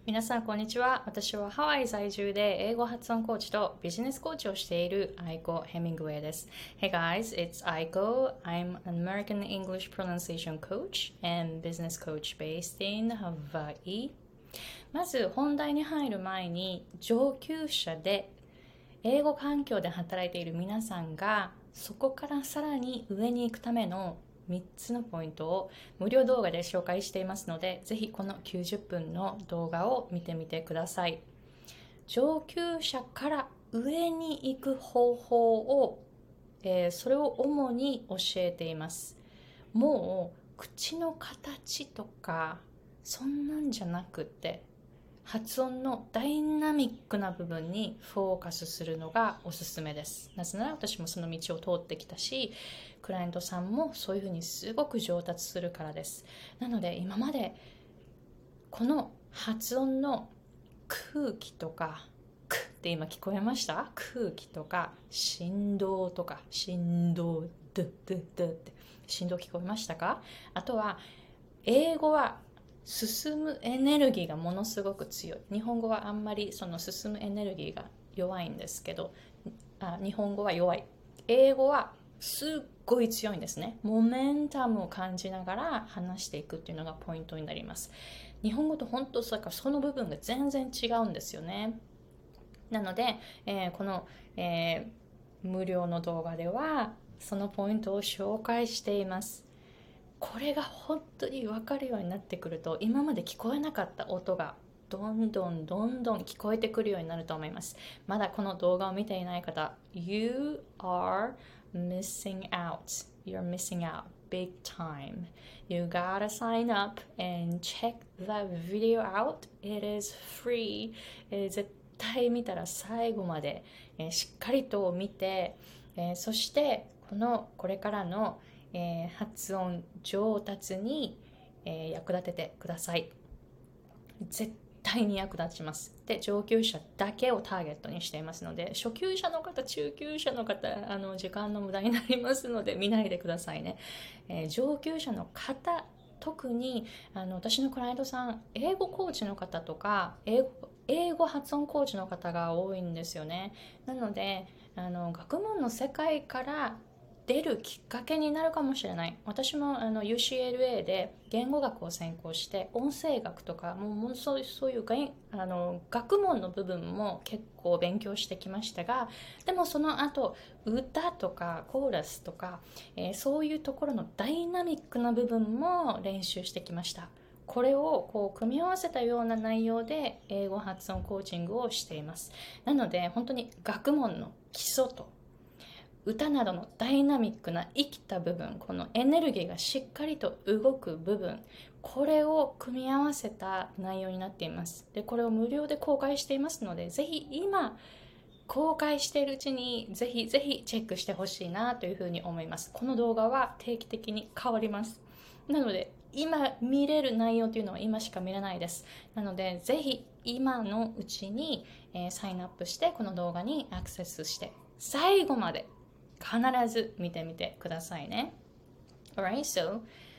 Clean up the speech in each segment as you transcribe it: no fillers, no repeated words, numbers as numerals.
皆さん、こんにちは。私はハワイ在住で英語発音コーチとビジネスコーチをしているアイコ・ヘミングウェイです。Hey guys, it's Aiko. I'm an American English pronunciation coach and business coach based in Hawaii. まず本題に入る前に、上級者で英語環境で働いている皆さんがそこからさらに上に行くための3つのポイントを無料動画で紹介していますので、ぜひこの90分の動画を見てみてください。上級者から上に行く方法を、それを主に教えています。もう口の形とかそんなんじゃなくて、発音のダイナミックな部分にフォーカスするのがおすすめです。なぜなら私もその道を通ってきたし、クライアントさんもそういうふうにすごく上達するからです。なので今までこの発音の空気とか、くって今聞こえました？空気とか振動とか振動、ドゥドゥドゥって振動聞こえましたか？あとは英語は進むエネルギーがものすごく強い。日本語はあんまりその進むエネルギーが弱いんですけど、日本語は弱い。英語はすっごい強いんですね。モメンタムを感じながら話していくっていうのがポイントになります。日本語と本当その部分が全然違うんですよね。なので、この、無料の動画ではそのポイントを紹介しています。これが本当に分かるようになってくると、今まで聞こえなかった音がどんどん聞こえてくるようになると思います。まだこの動画を見ていない方、You are missing out. You're missing out big time. You gotta sign up and check the video out. It is free. 絶対見たら最後まで、しっかりと見て、そしてこれからの発音上達に、役立ててください。絶対に役立ちます。で、上級者だけをターゲットにしていますので、初級者の方、中級者の方、時間の無駄になりますので見ないでくださいね。上級者の方、特に私のクライアントさん、英語コーチの方とか英語発音コーチの方が多いんですよね。なので学問の世界から出るきっかけになるかもしれない。私もUCLA で言語学を専攻して音声学とかもうそういう学問の部分も結構勉強してきましたが、でもその後歌とかコーラスとか、そういうところのダイナミックな部分も練習してきました。これを組み合わせたような内容で英語発音コーチングをしています。なので本当に学問の基礎と歌などのダイナミックな生きた部分、このエネルギーがしっかりと動く部分、これを組み合わせた内容になっています。で、これを無料で公開していますので、ぜひ今公開しているうちにぜひぜひチェックしてほしいなというふうに思います。この動画は定期的に変わります。なので今見れる内容というのは今しか見れないです。なのでぜひ今のうちに、サインアップしてこの動画にアクセスして最後まで必ず見てみてくださいね。Alright, so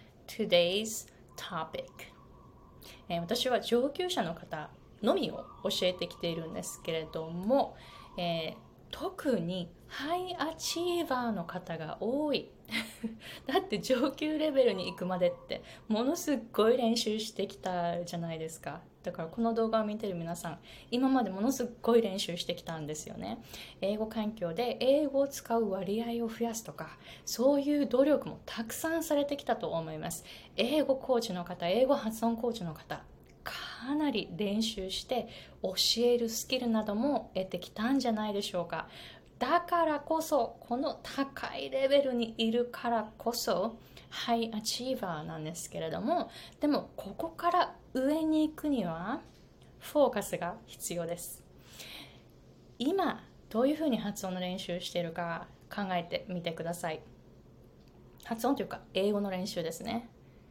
today's topic、私は上級者の方のみを教えてきているんですけれども、特にハイアチーバーの方が多いだって上級レベルに行くまでってものすっごい練習してきたじゃないですか。だからこの動画を見てる皆さん、今までものすっごい練習してきたんですよね。英語環境で英語を使う割合を増やすとか、そういう努力もたくさんされてきたと思います。英語コーチの方、英語発音コーチの方、かなり練習して教えるスキルなども得てきたんじゃないでしょうか。だからこそ、この高いレベルにいるからこそハイアチーバーなんですけれども、でもここから上に行くにはフォーカスが必要です。今どういうふうに発音の練習しているか考えてみてください。発音というか英語の練習ですね。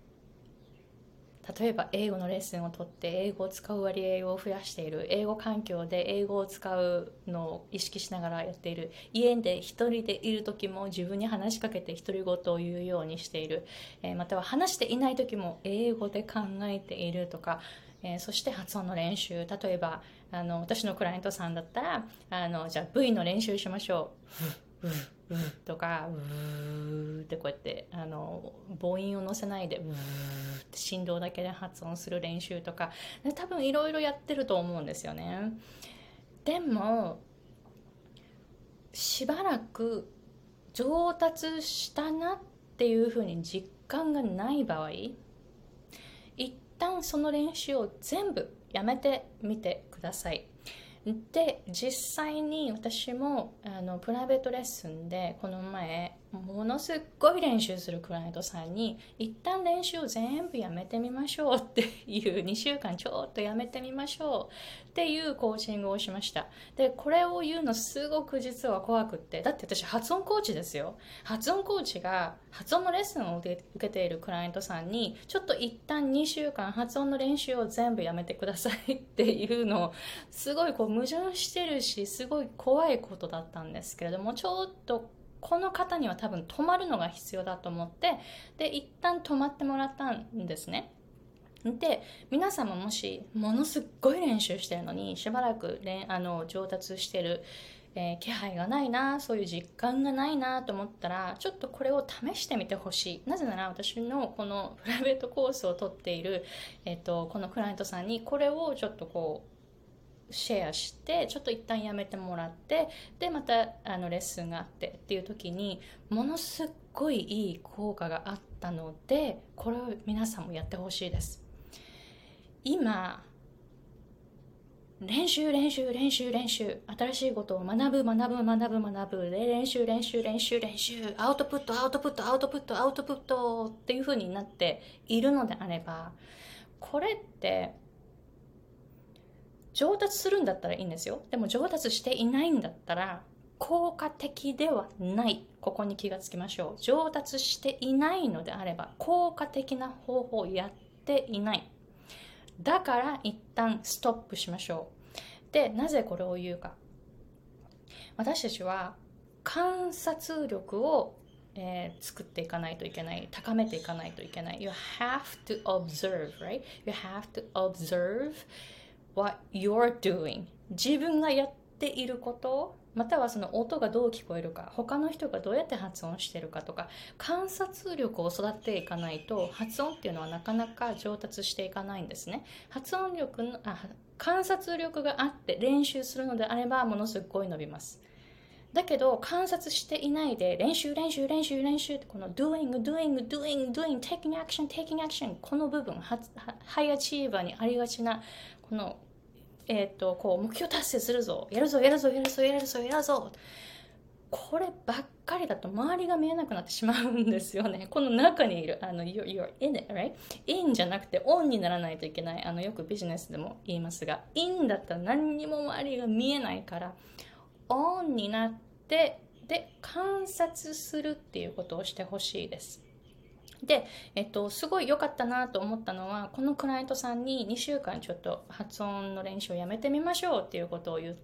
例えば英語のレッスンをとって英語を使う割合を増やしている、英語環境で英語を使うのを意識しながらやっている、家で一人でいる時も自分に話しかけて独り言を言うようにしている、または話していない時も英語で考えているとか、 そして発音の練習、例えば私のクライアントさんだったらじゃあ V の練習しましょうとかってこうやって母音を乗せないでって振動だけで発音する練習とか、多分いろいろやってると思うんですよね。でもしばらく上達したなっていうふうに実感がない場合、一旦その練習を全部やめてみてください。で、実際に私もプライベートレッスンでこの前ものすっごい練習するクライアントさんに一旦練習を全部やめてみましょうっていう2週間ちょっとやめてみましょうっていうコーチングをしました。で、これを言うのすごく実は怖くって、だって私発音コーチですよ。発音コーチが発音のレッスンを受けているクライアントさんにちょっと一旦2週間発音の練習を全部やめてくださいっていうのをすごい矛盾してるし、すごい怖いことだったんですけれども、ちょっとこの方には多分止まるのが必要だと思って、で一旦止まってもらったんですね。で、皆さんももしものすっごい練習してるのにしばらく上達してる、気配がないな、そういう実感がないなと思ったら、ちょっとこれを試してみてほしい。なぜなら私のこのプライベートコースを取っている、このクライアントさんにこれをちょっとシェアして、ちょっと一旦やめてもらって、でまたレッスンがあってっていう時にものすっごいいい効果があったので、これを皆さんもやってほしいです。今練習練習練習練習、新しいことを学ぶで、練習練習練習練習、アウトプットアウトプットアウトプットアウトプットっていう風になっているのであれば、これって上達するんだったらいいんですよ。でも上達していないんだったら効果的ではない。ここに気がつきましょう。上達していないのであれば効果的な方法をやっていない。だから一旦ストップしましょう。で、なぜこれを言うか。私たちは観察力を作っていかないといけない、高めていかないといけない。You have to observe, right? You have to observe what you're doing. 自分がやっていること、またはその音がどう聞こえるか、他の人がどうやって発音しているかとか、観察力を育てていかないと発音っていうのはなかなか上達していかないんですね。観察力があって練習するのであればものすごい伸びます。だけど観察していないで練習練習練習練習ってこの doing taking action この部分、ハイアチーバーにありがちなこの目標達成するぞ、やるぞ、こればっかりだと周りが見えなくなってしまうんですよね。この中にいるyou're in it, right? in じゃなくて on にならないといけない。よくビジネスでも言いますが、in だったら何にも周りが見えないから on になって、で観察するっていうことをしてほしいです。で、すごい良かったなと思ったのは、このクライアントさんに2週間ちょっと発音の練習をやめてみましょうっていうことを言って、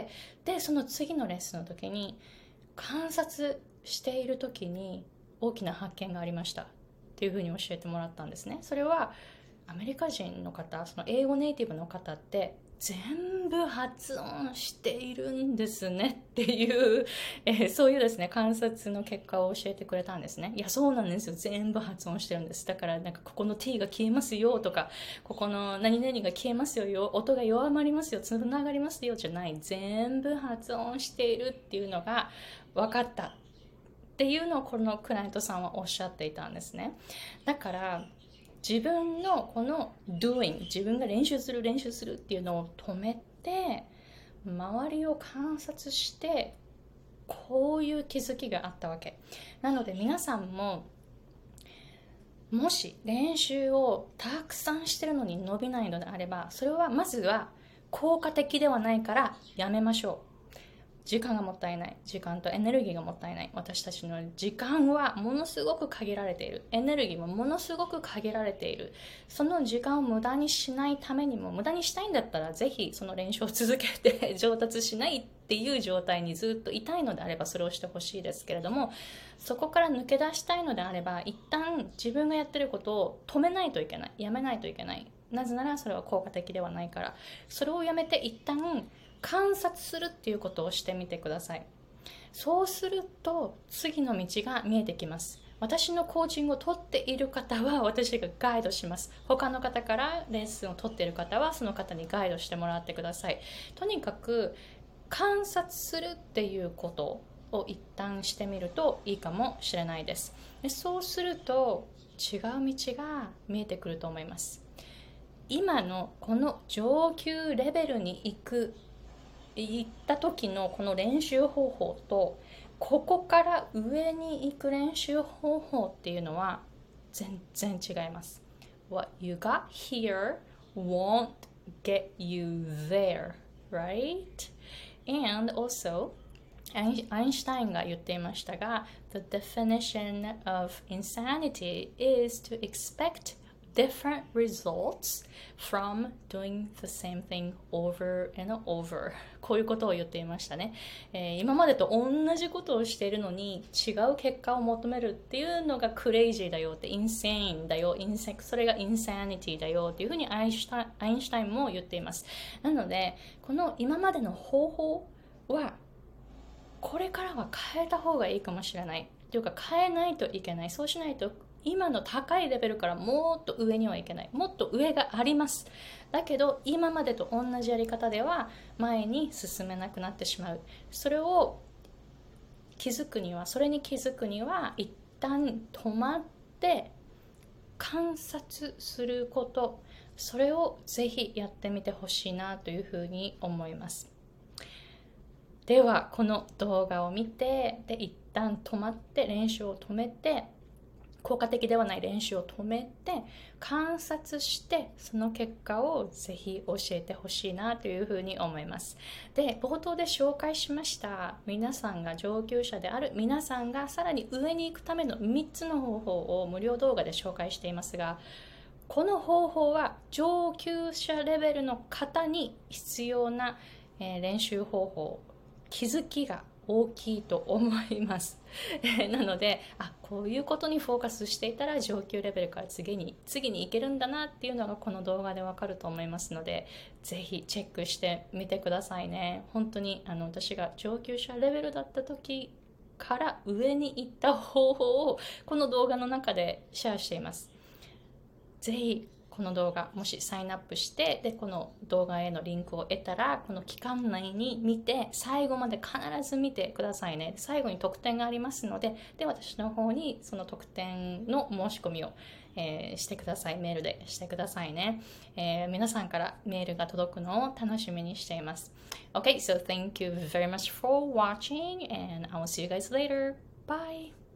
でその次のレッスンの時に観察している時に大きな発見がありましたっていうふうに教えてもらったんですね。それはアメリカ人の方、その英語ネイティブの方って全部発音しているんですねっていう、そういうですね観察の結果を教えてくれたんですね。いやそうなんですよ、全部発音してるんです。だからなんかここの T が消えますよとか、ここの何々が消えますよ、音が弱まりますよ、つながりますよじゃない、全部発音しているっていうのが分かったっていうのをこのクライアントさんはおっしゃっていたんですね。だから自分のこの doing、 自分が練習するっていうのを止めて、周りを観察して、こういう気づきがあったわけなので、皆さんももし練習をたくさんしてるのに伸びないのであれば、それはまずは効果的ではないからやめましょう。時間がもったいない。時間とエネルギーがもったいない。私たちの時間はものすごく限られている。エネルギーもものすごく限られている。その時間を無駄にしないためにも、無駄にしたいんだったらぜひその練習を続けて上達しないっていう状態にずっといたいのであればそれをしてほしいですけれども、そこから抜け出したいのであれば一旦自分がやってることを止めないといけない。やめないといけない。 なぜならそれは効果的ではないから。それをやめて一旦観察するっていうことをしてみてください。そうすると次の道が見えてきます。私のコーチングを取っている方は私がガイドします。他の方からレッスンを取っている方はその方にガイドしてもらってください。とにかく観察するっていうことを一旦してみるといいかもしれないです。でそうすると違う道が見えてくると思います。今のこの上級レベルに行った時のこの練習方法と、ここから上に行く練習方法っていうのは全然違います。What you got here won't get you there, right? And also, アインシュタインが言っていましたが、The definition of insanity is to expect different results from doing the same thing over and over こういうことを言っていましたね。今までと同じことをしているのに違う結果を求めるっていうのがクレイジーだよって、インセインだよ、それがインサニティだよっていうふうにアインシュタインも言っています。なのでこの今までの方法はこれからは変えた方がいいかもしれないというか、変えないといけない。そうしないと今の高いレベルからもっと上にはいけない。もっと上があります。だけど今までと同じやり方では前に進めなくなってしまう。それに気づくには一旦止まって観察すること、それをぜひやってみてほしいなというふうに思います。ではこの動画を見て、で一旦止まって練習を止めて、効果的ではない練習を止めて観察して、その結果をぜひ教えてほしいなというふうに思います。で冒頭で紹介しました、皆さんが上級者である皆さんがさらに上に行くための3つの方法を無料動画で紹介していますが、この方法は上級者レベルの方に必要な練習方法、気づきが大きいと思いますなのでこういうことにフォーカスしていたら上級レベルから次に行けるんだなっていうのがこの動画でわかると思いますので、ぜひチェックしてみてくださいね。本当に私が上級者レベルだった時から上に行った方法をこの動画の中でシェアしています。ぜひこの動画もしサインアップして、でこの動画へのリンクを得たらこの期間内に見て、最後まで必ず見てくださいね。最後に特典がありますので、私の方にその特典の申し込みを、してください。メールでしてくださいね。皆さんからメールが届くのを楽しみにしています。Okay, so thank you very much for watching and I will see you guys later. Bye!